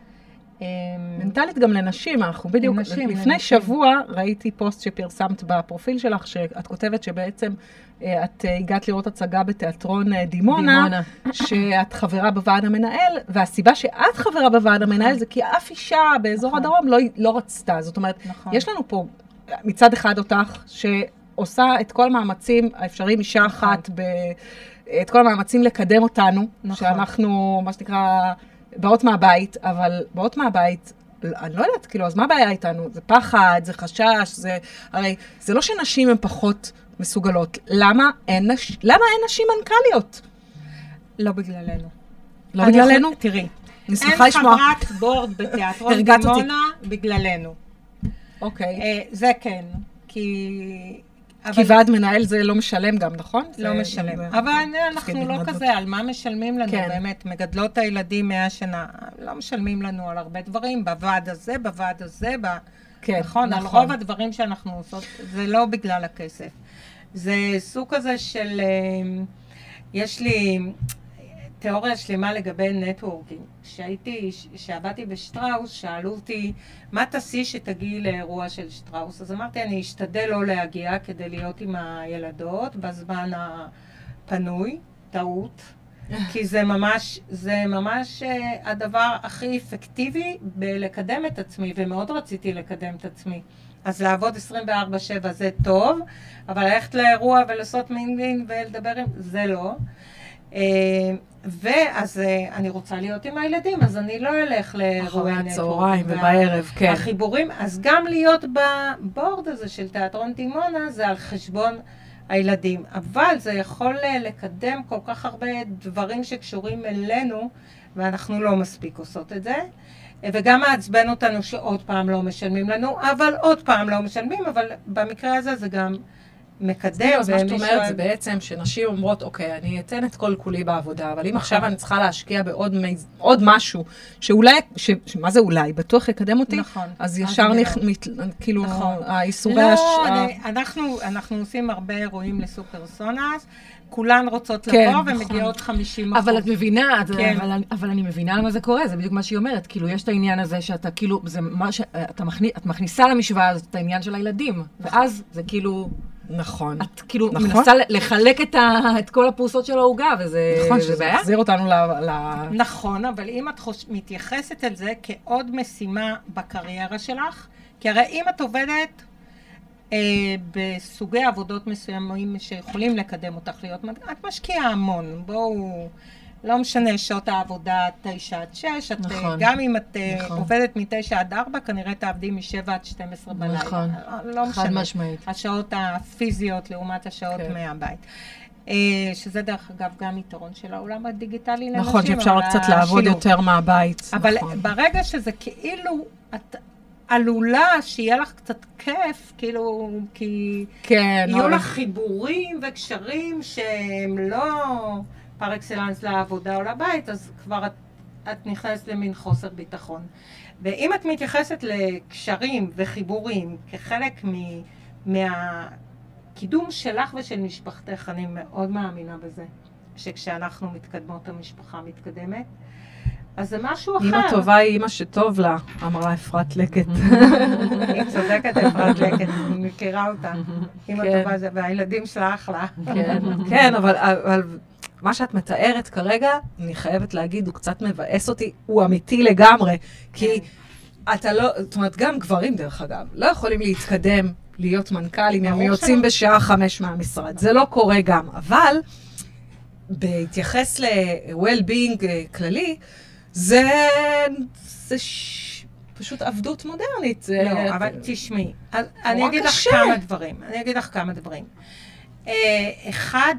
מנטלית גם לנשים, אנחנו בדיוק, לנשים, לפני לנשים. שבוע ראיתי פוסט שפרסמת בפרופיל שלך, שאת כותבת שבעצם את הגעת לראות הצגה בתיאטרון דימונה, דימונה. שאת חברה בוועד המנהל, והסיבה שאת חברה בוועד המנהל זה כי אף אישה באזור נכון. הדרום לא, לא רצתה. זאת אומרת, נכון. יש לנו פה מצד אחד אותך, שעושה את כל המאמצים האפשריים, אישה נכון. אחת ב... את כל המאמצים לקדם אותנו, נכון. שאנחנו, מה שנקרא, באות מהבית, אבל באות מהבית, אני לא יודעת, כאילו, אז מה הבעיה איתנו? זה פחד, זה חשש, זה, הרי, זה לא שנשים הן פחות מסוגלות. למה אין, נש... למה אין נשים מנכ"ליות? לא בגללנו. לא בגללנו? תראי, נשמחה לשמוע. אין חברת בורד בתיאטרון דימונה בגללנו. אוקיי. זה כן, כי... כי ועד מנהל זה לא משלם גם, נכון? לא משלם. אבל אנחנו לא כזה, על מה משלמים לנו באמת? מגדלות הילדים מאה שנה, לא משלמים לנו על הרבה דברים, בוועד הזה, בוועד הזה, נכון? על רוב הדברים שאנחנו עושות, זה לא בגלל הכסף. זה סוג כזה של, יש לי תיאוריה שלמה לגבי נטוורקינג. כשהייתי, כשעבדתי בשטראוס, שאלו אותי, מה תעשי שתגיעי לאירוע של שטראוס? אז אמרתי, אני אשתדל לא להגיע כדי להיות עם הילדות בזמן הפנוי, טעות, כי זה ממש, זה ממש הדבר הכי אפקטיבי בלקדם את עצמי, ומאוד רציתי לקדם את עצמי. אז לעבוד עשרים וארבע שבע זה טוב, אבל ללכת לאירוע ולעשות מינגלינג ולדבר עם, זה לא. ואז אני רוצה להיות עם הילדים, אז אני לא אלך לאירועי נטוורקינג. צהריים ובערב, כן. החיבורים, אז גם להיות בבורד הזה של תיאטרון דימונה, זה על חשבון הילדים. אבל זה יכול לקדם כל כך הרבה דברים שקשורים אלינו, ואנחנו לא מספיק עושות את זה. וגם מעצבן אותנו שעוד פעם לא משלמים לנו, אבל עוד פעם לא משלמים, אבל במקרה הזה זה גם מקדם. אז מה שאת אומרת זה בעצם שנשים אומרות, אוקיי, אני אתן את כל כולי בעבודה, אבל אם עכשיו אני צריכה להשקיע בעוד עוד משהו, שאולי, מה זה אולי? בטוח יקדם אותי? נכון. אז ישר כאילו, האיסורי הש... לא, אנחנו עושים הרבה אירועים לסופרסונס, כולן רוצות לבוא ומגיעות חמישים אחוז. אבל את מבינה, אבל אני מבינה למה זה קורה, זה בדיוק מה שהיא אומרת. כאילו, יש את העניין הזה שאתה כאילו, את מכניסה למשוואה הזאת את העניין של הילדים, ואז זה כאילו... נכון. את כאילו מנסה לחלק את כל הפרוסות של ההוגה, וזה בעיה. נכון, שזה מחזיר אותנו ל... נכון, אבל אם את מתייחסת על זה כעוד משימה בקריירה שלך, כי הרי אם את עובדת בסוגי עבודות מסוימים שיכולים לקדם אותך להיות, את משקיעה המון, בואו, לא משנה שעות העבודה תשע עד שש, את, נכון, גם אם את נכון. עובדת מתשע עד ארבע, כנראה תעבדי משבע עד שתים עשרה בלילה. נכון, לא חד משנה. משמעית. השעות הפיזיות לעומת השעות כן. מהבית. שזה דרך אגב גם יתרון של העולם הדיגיטלי לנשים. נכון, שאפשר קצת לעבוד יותר מהבית. אבל נכון. ברגע שזה כאילו, את, עלולה שיהיה לך קצת כיף, כאילו, כי כן, יהיו אבל... לך חיבורים וקשרים שהם לא פר אקסלנס לעבודה או לבית, אז כבר את, את נכנסת למין חוסר ביטחון. ואם את מתייחסת לקשרים וחיבורים כחלק מ, מהקידום שלך ושל משפחתך, אני מאוד מאמינה בזה, שכשאנחנו מתקדמות, המשפחה מתקדמת. אז זה משהו אחר. אמא טובה היא אמא שטוב לה, אמרה אפרת לקט. היא צודקת אפרת לקט, אני מכירה אותה. אמא טובה זה, והילדים שלה אחלה. כן, אבל מה שאת מתארת כרגע, אני חייבת להגיד, הוא קצת מבאס אותי, הוא אמיתי לגמרי, כי אתה לא, זאת אומרת, גם גברים דרך אגב, לא יכולים להתקדם, להיות מנכ"לים, הם יוצאים בשעה חמש מהמשרד. זה לא קורה גם, אבל בהתייחס ל-well-being כללי, זה, זה ש... פשוט עבדות מודרנית. זה... לא, אבל תשמעי, אני אגיד לך כמה דברים. אני אגיד לך כמה דברים. אחד,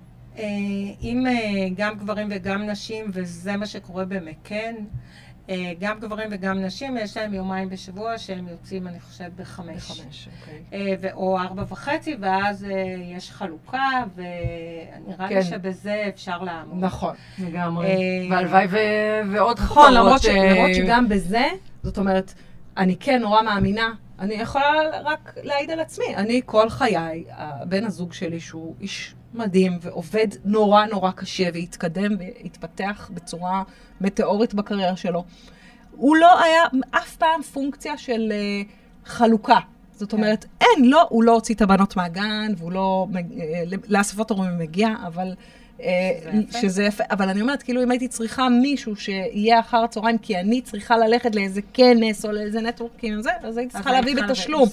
אם גם גברים וגם נשים, וזה מה שקורה במקן, גם גברים וגם נשים, יש להם יומיים בשבוע שהם יוצאים, אני חושבת, בחמש. בחמש, אוקיי. או ארבע וחצי, ואז יש חלוקה, ונראה לי שבזה אפשר לעמוד. נכון. לגמרי. והלוואי ועוד חלוקות. נכון, למרות שגם בזה, זאת אומרת, אני כן נורא מאמינה, אני יכולה רק להעיד על עצמי. אני כל חיי, בן הזוג שלי שהוא איש מדהים ועובד נורא נורא קשה והתקדם והתפתח בצורה מטאורית בקריירה שלו. הוא לא היה אף פעם פונקציה של uh, חלוקה. זאת אומרת, אין, לא, הוא לא הוציא את הבנות מהגן, והוא לא, לאספות הורים מגיע, אבל שזה יפה. אבל אני אומרת, כאילו, אם הייתי צריכה מישהו שיהיה אחר הצהריים, כי אני צריכה ללכת לאיזה כנס או לאיזה נטוורקים, אז הייתי צריכה להביא בתשלום.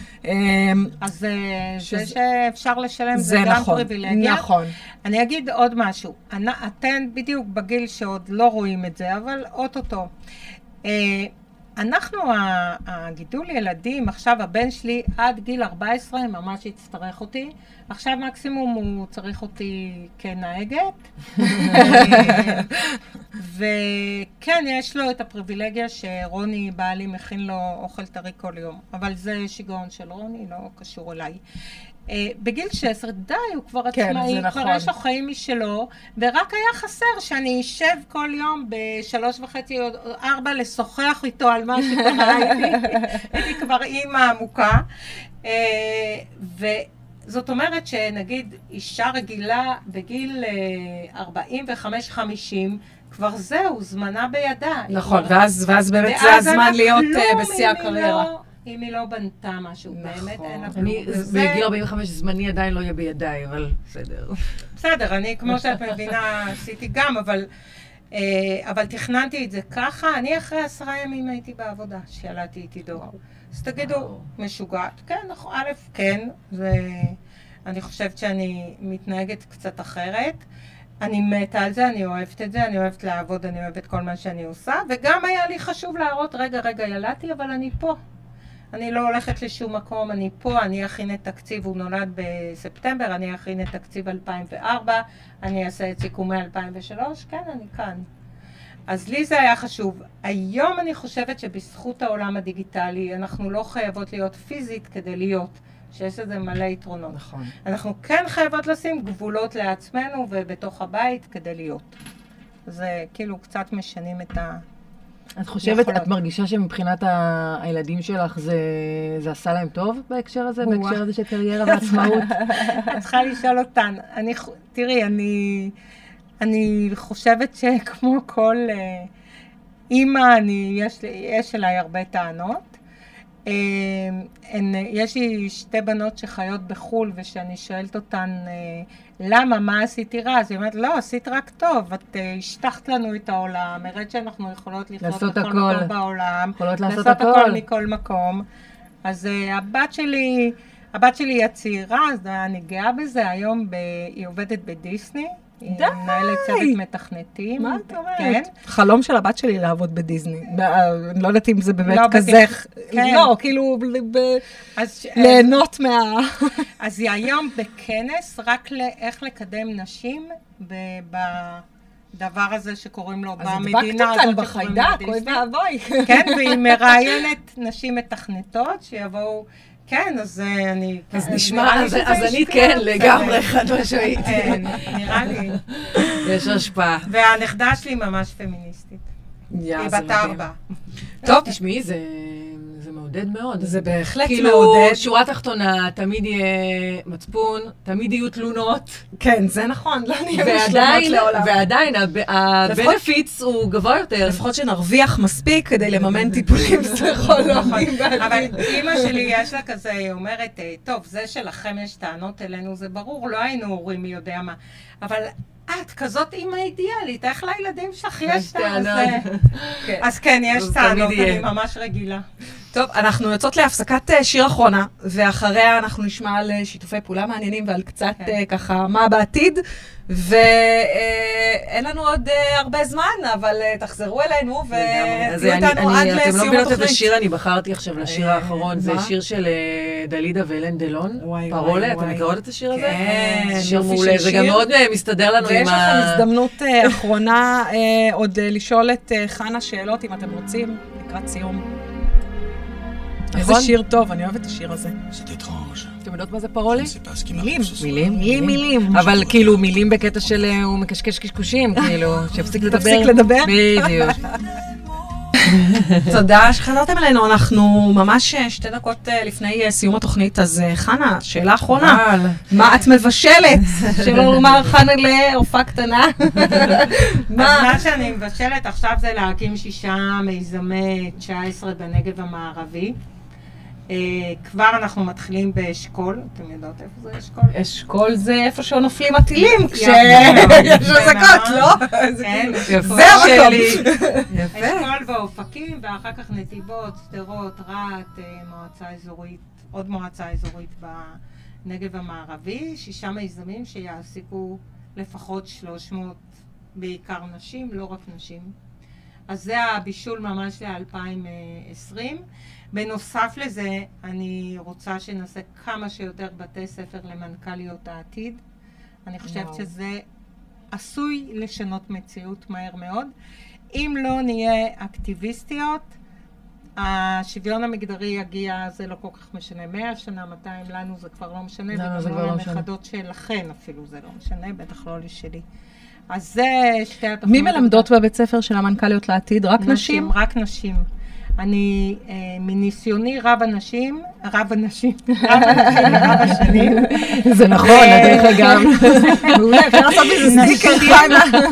אז זה שאפשר לשלם, זה גם פריבילגיה. נכון. אני אגיד עוד משהו. אתן בדיוק בגיל שעוד לא רואים את זה, אבל אוטוטו. אנחנו, הגידול ילדים, עכשיו הבן שלי עד גיל ארבע עשרה ממש יצטרך אותי. עכשיו מקסימום הוא צריך אותי כנהגת. וכן, יש לו את הפריבילגיה שרוני בעלי מכין לו אוכל טרי כל יום. אבל זה שיגעון של רוני, לא קשור אליי. בגיל שש עשרה, די, הוא כבר עצמאי, כבר יש לו חיים משלו, ורק היה חסר שאני אשב כל יום בשלוש וחצי או ארבע לשוחח איתו על מה שקרה איתי. הייתי כבר אימא עמוקה. וזאת אומרת שנגיד אישה רגילה בגיל ארבעים וחמש חמישים, כבר זהו, זמנה בידה. נכון, ואז באמת זה הזמן להיות בשיא הקריירה. אם היא לא בנתה משהו, באמת אין לה כלום. בגיל ארבעים וחמש זמני עדיין לא יהיה בידיי, אבל בסדר. בסדר, אני כמו שאת מבינה עשיתי גם, אבל תכננתי את זה ככה. אני אחרי עשרה ימים הייתי בעבודה, שילדתי איתי דור. אז תגידו, משוגעת. כן, א', כן, אני חושבת שאני מתנהגת קצת אחרת. אני מתה על זה, אני אוהבת את זה, אני אוהבת לעבוד, אני אוהבת כל מה שאני עושה, וגם היה לי חשוב להראות, רגע, רגע, ילדתי, אבל אני פה. אני לא הולכת לשום מקום, אני פה, אני אכין את תקציב, הוא נולד בספטמבר, אני אכין את תקציב אלפיים וארבע, אני אעשה את סיכומי אלפיים ושלוש, כן, אני כאן. אז לי זה היה חשוב. היום אני חושבת שבזכות העולם הדיגיטלי, אנחנו לא חייבות להיות פיזית כדי להיות, שיש לזה מלא יתרונות. נכון. אנחנו כן חייבות לשים גבולות לעצמנו ובתוך הבית כדי להיות. זה כאילו קצת משנים את ה... את חושבת, את מרגישה שמבחינת הילדים שלך זה עשה להם טוב בהקשר הזה, בהקשר הזה של קריירה ועצמאות? את צריכה לשאול אותן. תראי, אני חושבת שכמו כל אימא, יש אליי הרבה טענות. יש לי שתי בנות שחיות בחול, ושאני שואלת אותן, למה, מה עשיתי רע? אז היא אומרת, לא, עשית רק טוב, את השטחת לנו את העולם, הראית שאנחנו יכולות לחיות בכל מקום בעולם, יכולות לעשות הכל מכל מקום. אז הבת שלי, הבת שלי היא הצעירה, אז אני גאה בזה, היום היא עובדת בדיסני, היא מנהלת צוות מתכנתים. מה את אומרת? כן. חלום של הבת שלי לעבוד בדיסני. אני לא יודעת אם זה באמת כזה... לא, כאילו, ליהנות מה... אז היא היום בכנס רק לאיך לקדם נשים הדבר הזה שקוראים לו במדינה הזאת. אז הדבקת אותן בחיידק, אוי ואבוי. כן, והיא מראיינת נשים מתכנתות שיבואו, כן, אז אני... אז נשמע, אז אני כן, לגמרי חד משמעית. כן, נראה לי. יש השפעה. והנכדה שלי ממש פמיניסטית. היא בת ארבע. טוב, תשמעי, זה... מעודד מאוד. זה בהחלט כאילו, מעודד. כאילו, שורה תחתונה, תמיד יהיה מצפון, תמיד יהיו תלונות. כן, זה נכון, לא נהיה משלמות לעולם. ועדיין, הבנפיץ הוא גבוה יותר. לפחות שנרוויח מספיק כדי לממן טיפולים פסיכולוגיים. אבל אמא שלי יש לה כזה, היא אומרת, טוב, זה שלכם יש טענות אלינו, זה ברור, לא היינו הורים מי יודע מה. אבל... את כזאת אימא אידיאלית, איך לילדים שלך יש טענות? אז כן, יש טענות, אני ממש רגילה. טוב, אנחנו יוצאות להפסקת שיר אחרונה, ואחריה אנחנו נשמע על שיתופי פעולה מעניינים ועל קצת ככה מה בעתיד, ואין לנו עוד הרבה זמן, אבל תחזרו אלינו ותהיו איתנו עד לסיום התוכנית. אתם לא מבינות את השיר, אני בחרתי עכשיו לשיר האחרון, זה שיר של דלידה ואלן דלון, פרולה, אתם מכירות את השיר הזה? כן, שיר מעולה, זה גם מאוד מסתדר לנו עם ה... ויש לכם הזדמנות אחרונה עוד לשאול את חנה שאלות, אם אתם רוצים, לקראת סיום. איזה שיר טוב, אני אוהבת את השיר הזה. אתם יודעות מה זה פרולה? מילים. מילים? מילים, מילים. אבל כאילו מילים בקטע של הוא מקשקש קשקושים, כאילו, שהפסיק לדבר. תפסיק לדבר? בדיוק. תודה שחזרתם אלינו, אנחנו ממש שתי דקות לפני סיום התוכנית, אז חנה, שאלה אחרונה. מה את מבשלת? שלא לומר חנה להופעה קטנה. אז מה שאני מבשלת עכשיו זה להקים שישה מיזמי תשע עשרה בנגב המערבי. כבר אנחנו מתחילים באשכול, אתם יודעות איפה זה אשכול? אשכול זה איפה שנופלים הטילים, כשיש רזקות, לא? כן, זה המקום. אשכול באופקים, ואחר כך נתיבות, שדרות, רהט, מועצה אזורית, עוד מועצה אזורית בנגב המערבי, שישה מיזמים שיעסיקו לפחות שלוש מאות, בעיקר נשים, לא רק נשים. אז זה הבישול ממש ל-אלפיים עשרים. בנוסף לזה, אני רוצה שנעשה כמה שיותר בתי ספר למנכ"ליות העתיד. אני חושבת וואו. שזה עשוי לשנות מציאות מהר מאוד. אם לא נהיה אקטיביסטיות, השוויון המגדרי יגיע, זה לא כל כך משנה. מאה שנה, מאתיים לנו זה כבר לא משנה, זה, וגם זה לא לא לנכדות שלכן אפילו זה לא משנה, בטח לא לשלי. אז זה שתי התוכניות. מי מלמדות בבית ספר של המנכ"ליות לעתיד? רק נשים? נשים, רק נשים. אני, אה, מניסיוני רב אנשים, רב אנשים, רב אנשים, רב השנים. זה נכון, הדרך אגב. מעולה, אפשר לעשות איזה סטיקר חנה.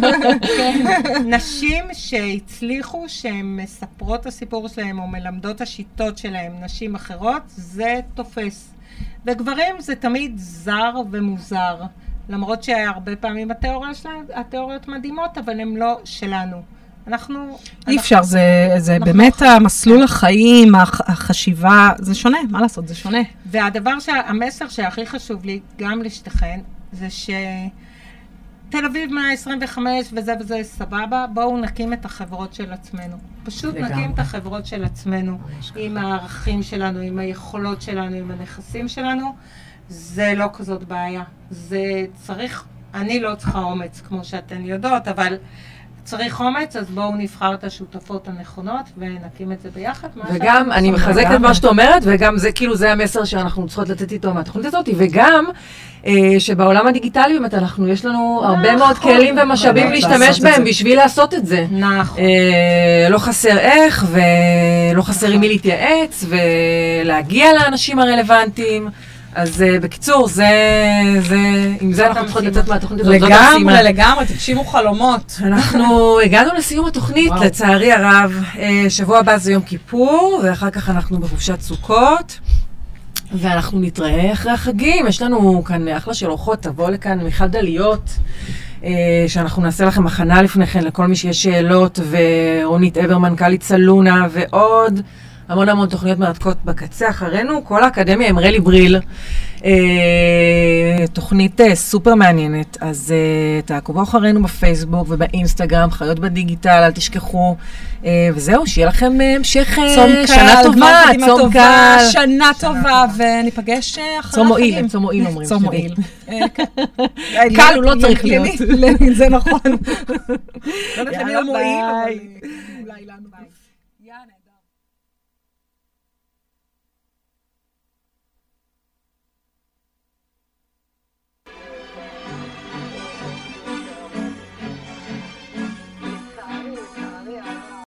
נשים שהצליחו, שהן מספרות את הסיפור שלהם, או מלמדות השיטות שלהם, נשים אחרות, זה תופס. וגברים זה תמיד זר ומוזר. למרות שהרבה פעמים התיאוריות שלהם, התיאוריות מדהימות, אבל הן לא שלנו. אנחנו... אי אפשר, זה, זה באמת המסלול החיים, החשיבה, זה שונה, מה לעשות, זה שונה. והדבר, המסר שהכי חשוב לי, גם לשתכן, זה שתל אביב מאה עשרים וחמש וזה וזה סבבה, בואו נקים את החברות של עצמנו. פשוט נקים את החברות של עצמנו, עם הערכים שלנו, עם היכולות שלנו, עם הנכסים שלנו. זה לא כזאת בעיה. זה צריך, אני לא צריכה אומץ, כמו שאתן יודעות, אבל... צריך אומץ, אז בואו נבחר את השותפות הנכונות ונקים את זה ביחד. וגם, אני מחזקת את מה שאת אומרת, וגם זה כאילו זה המסר שאנחנו צריכות לתת איתו מהתוכנית הזאת, וגם שבעולם הדיגיטלי באמת אנחנו, יש לנו הרבה מאוד כלים ומשאבים להשתמש בהם בשביל לעשות את זה. נכון. לא חסר איך, ולא חסר עם מי להתייעץ, ולהגיע לאנשים הרלוונטיים. אז בקיצור, זה, זה, עם זה אנחנו צריכות לצאת מהתוכנית הזאת. לגמרי, לגמרי, תגשימו חלומות. אנחנו הגענו לסיום התוכנית, לצערי הרב. שבוע הבא זה יום כיפור, ואחר כך אנחנו בחופשת סוכות. ואנחנו נתראה אחרי החגים. יש לנו כאן אחלה של אורחות, תבוא לכאן מיכל דליות, שאנחנו נעשה לכם הכנה לפני כן לכל מי שיש שאלות, ורונית אבר, מנכ"לית סלונה, ועוד. המון המון תוכניות מרתקות בקצה אחרינו, כל האקדמיה עם רלי בריל, תוכנית סופר מעניינת, אז תעקבו אחרינו בפייסבוק ובאינסטגרם, חיות בדיגיטל, אל תשכחו, וזהו, שיהיה לכם המשך שנה טובה, צום קל, שנה טובה, וניפגש אחרי החגים. צום מועיל, צום מועיל אומרים. צום מועיל. קל הוא לא צריך להיות. זה נכון. לא יודעת למי הוא מועיל, אבל אולי לנו. יאללה.